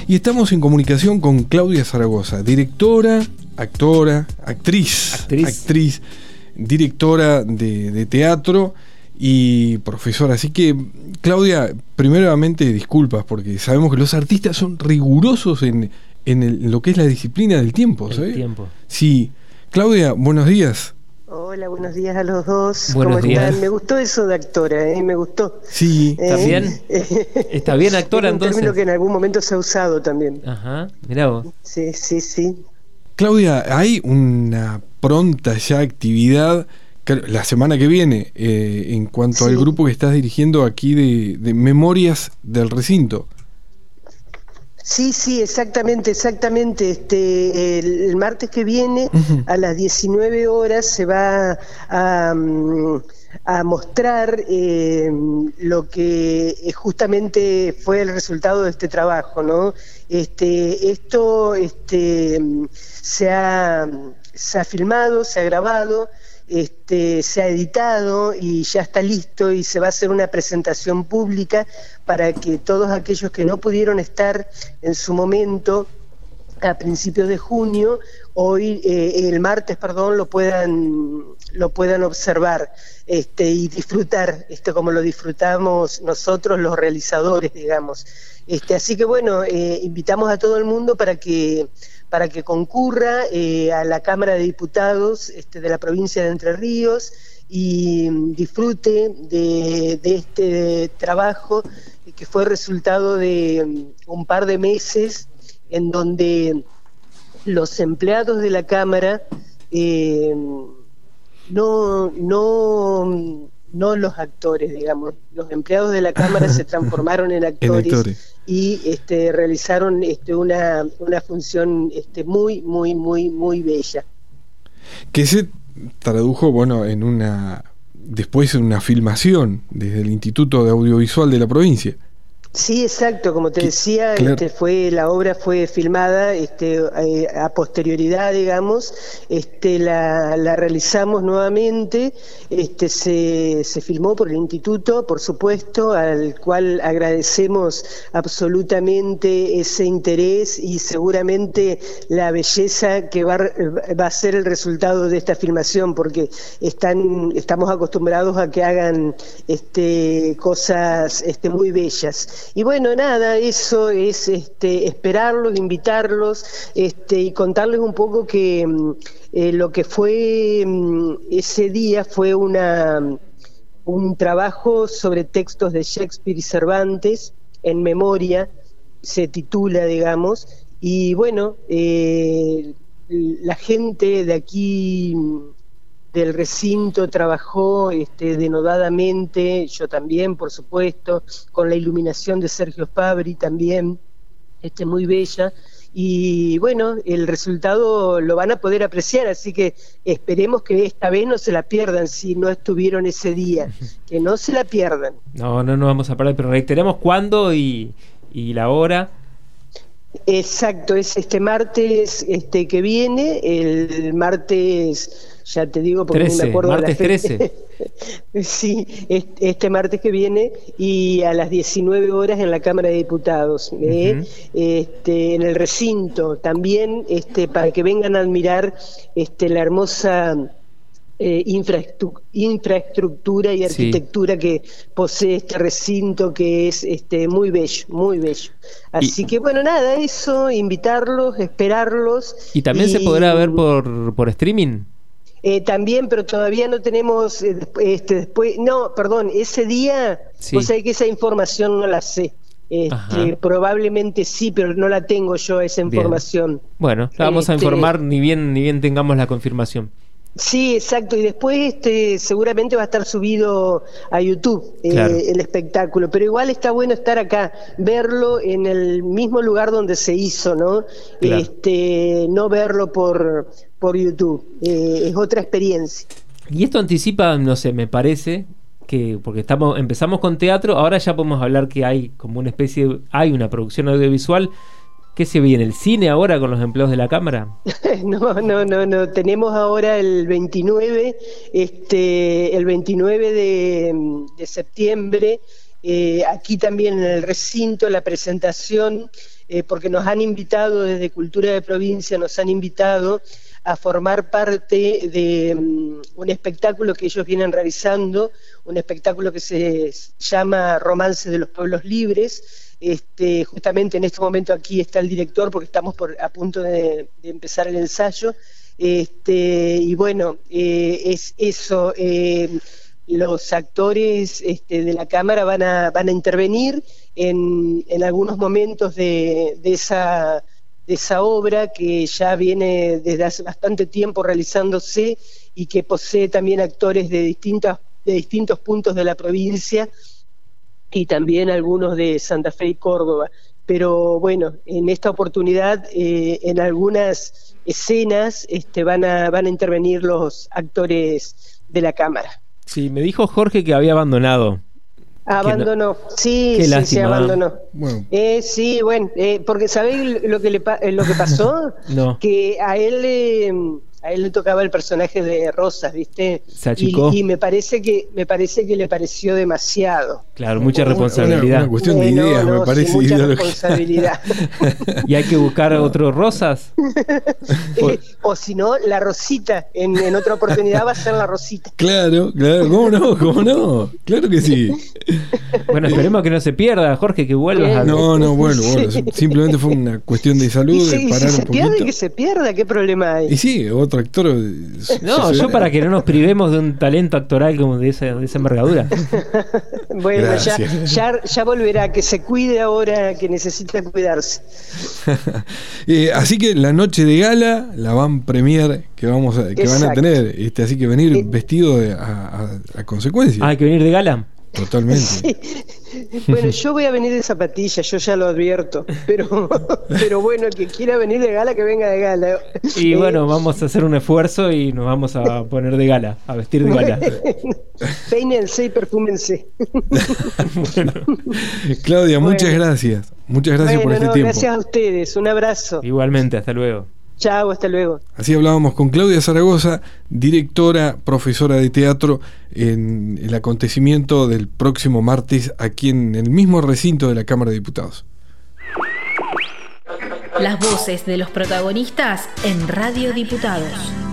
Y estamos en comunicación con Claudia Zaragoza, directora, actora, actriz, directora de teatro y profesora. Así que, Claudia, primeramente disculpas, porque sabemos que los artistas son rigurosos en lo que es la disciplina del tiempo, ¿sabes? El tiempo. Sí. Claudia, buenos días. Hola, buenos días a los dos. Buenos ¿Cómo días. están? Me gustó eso de actora, me gustó. Sí. ¿Está bien? ¿Está bien actora, es un entonces? término que en algún momento se ha usado también. Ajá, mirá vos. Sí. Claudia, hay una pronta ya actividad la semana que viene en cuanto al grupo que estás dirigiendo aquí de Memorias del Recinto. Sí, exactamente. El martes que viene, a las 19 horas, se va a mostrar lo que justamente fue el resultado de este trabajo, ¿no? Esto se ha filmado, se ha grabado, se ha editado y ya está listo, y se va a hacer una presentación pública para que todos aquellos que no pudieron estar en su momento a principios de junio, el martes, lo puedan observar y disfrutar, como lo disfrutamos nosotros los realizadores, digamos. Así que bueno, invitamos a todo el mundo para que concurra a la Cámara de Diputados de la provincia de Entre Ríos y disfrute de este trabajo que fue resultado de un par de meses en donde los empleados de la Cámara, no los actores, digamos, los empleados de la Cámara se transformaron en actores. Y realizaron una función muy bella. Que se tradujo, después en una filmación desde el Instituto de Audiovisual de la provincia. Sí, exacto, como te decía, claro. La obra fue filmada a posterioridad, digamos, la realizamos nuevamente, se filmó por el instituto, por supuesto, al cual agradecemos absolutamente ese interés y seguramente la belleza que va a ser el resultado de esta filmación, porque estamos acostumbrados a que hagan cosas muy bellas. Y bueno, nada, eso es esperarlos, invitarlos y contarles un poco que lo que fue ese día fue un trabajo sobre textos de Shakespeare y Cervantes en memoria, se titula, digamos, y bueno, la gente de aquí del recinto trabajó denodadamente, yo también, por supuesto, con la iluminación de Sergio Fabri también, muy bella, y bueno, el resultado lo van a poder apreciar, así que esperemos que esta vez no se la pierdan si no estuvieron ese día, que no se la pierdan. No vamos a perder, pero reiteremos cuándo y la hora. Exacto, es este martes que viene, el martes, ya te digo porque 13, no me acuerdo martes de la fecha. 13. Sí, este martes que viene y a las 19 horas en la Cámara de Diputados, en el recinto también, para que vengan a admirar la hermosa infraestructura y arquitectura que posee este recinto, que es muy bello. Así que bueno, nada, eso, invitarlos, esperarlos. ¿Y también se podrá ver por streaming? También, pero todavía no tenemos ese día, vos sabés que esa información no la sé. Probablemente sí, pero no la tengo yo esa información. Bien. Bueno, la vamos a informar ni bien tengamos la confirmación. Sí, exacto, y después seguramente va a estar subido a YouTube, claro, el espectáculo, pero igual está bueno estar acá, verlo en el mismo lugar donde se hizo, ¿no? Claro. No verlo por YouTube, es otra experiencia. Y esto anticipa, no sé, me parece que, porque empezamos con teatro, ahora ya podemos hablar que hay como una especie hay una producción audiovisual. ¿Qué se viene? ¿El cine ahora con los empleados de la Cámara? No. Tenemos ahora el 29 de septiembre, aquí también en el recinto, la presentación porque nos han invitado desde Cultura de Provincia, nos han invitado a formar parte de un espectáculo que ellos vienen realizando, un espectáculo que se llama Romance de los Pueblos Libres. Justamente en este momento aquí está el director, porque estamos a punto de empezar el ensayo. Y bueno, es eso. Los actores de la Cámara van a intervenir en algunos momentos de esa obra que ya viene desde hace bastante tiempo realizándose y que posee también actores de distintos puntos de la provincia y también algunos de Santa Fe y Córdoba. Pero bueno, en esta oportunidad, en algunas escenas van a intervenir los actores de la Cámara. Sí, me dijo Jorge que había abandonado. Abandonó, no, sí, se abandonó. Bueno. Sí, bueno, porque ¿sabéis lo que pasó? No. Que a él le tocaba el personaje de Rosas, ¿viste? Se achicó. Y me parece que le pareció demasiado. Claro, mucha responsabilidad. Una cuestión de ideas, me parece. Sí, mucha ideología. responsabilidad. ¿Y hay que buscar otro Rosas? O si no, la Rosita. En otra oportunidad va a ser la Rosita. Claro, ¿cómo no? Claro que sí. Bueno, esperemos que no se pierda, Jorge, que vuelvas a... No, bueno, simplemente fue una cuestión de salud, de parar un poquito. Que se pierda, ¿qué problema hay? Y sí, otro actor... No, yo para que no nos privemos de un talento actoral como de esa envergadura. Bueno, ya volverá, que se cuide ahora, que necesita cuidarse. Así que la noche de gala, la van premier que van a tener, así que venir vestido a consecuencia. Hay que venir de gala. Totalmente. Sí. Bueno, yo voy a venir de zapatillas, yo ya lo advierto, pero bueno, el que quiera venir de gala, que venga de gala. Y bueno, vamos a hacer un esfuerzo y nos vamos a poner de gala, a vestir de gala. Peínense y perfúmense. Bueno. Claudia, muchas gracias. Muchas gracias por este tiempo. Gracias a ustedes, un abrazo. Igualmente, hasta luego. Chao, hasta luego. Así hablábamos con Claudia Zaragoza, directora, profesora de teatro, en el acontecimiento del próximo martes aquí en el mismo recinto de la Cámara de Diputados. Las voces de los protagonistas en Radio Diputados.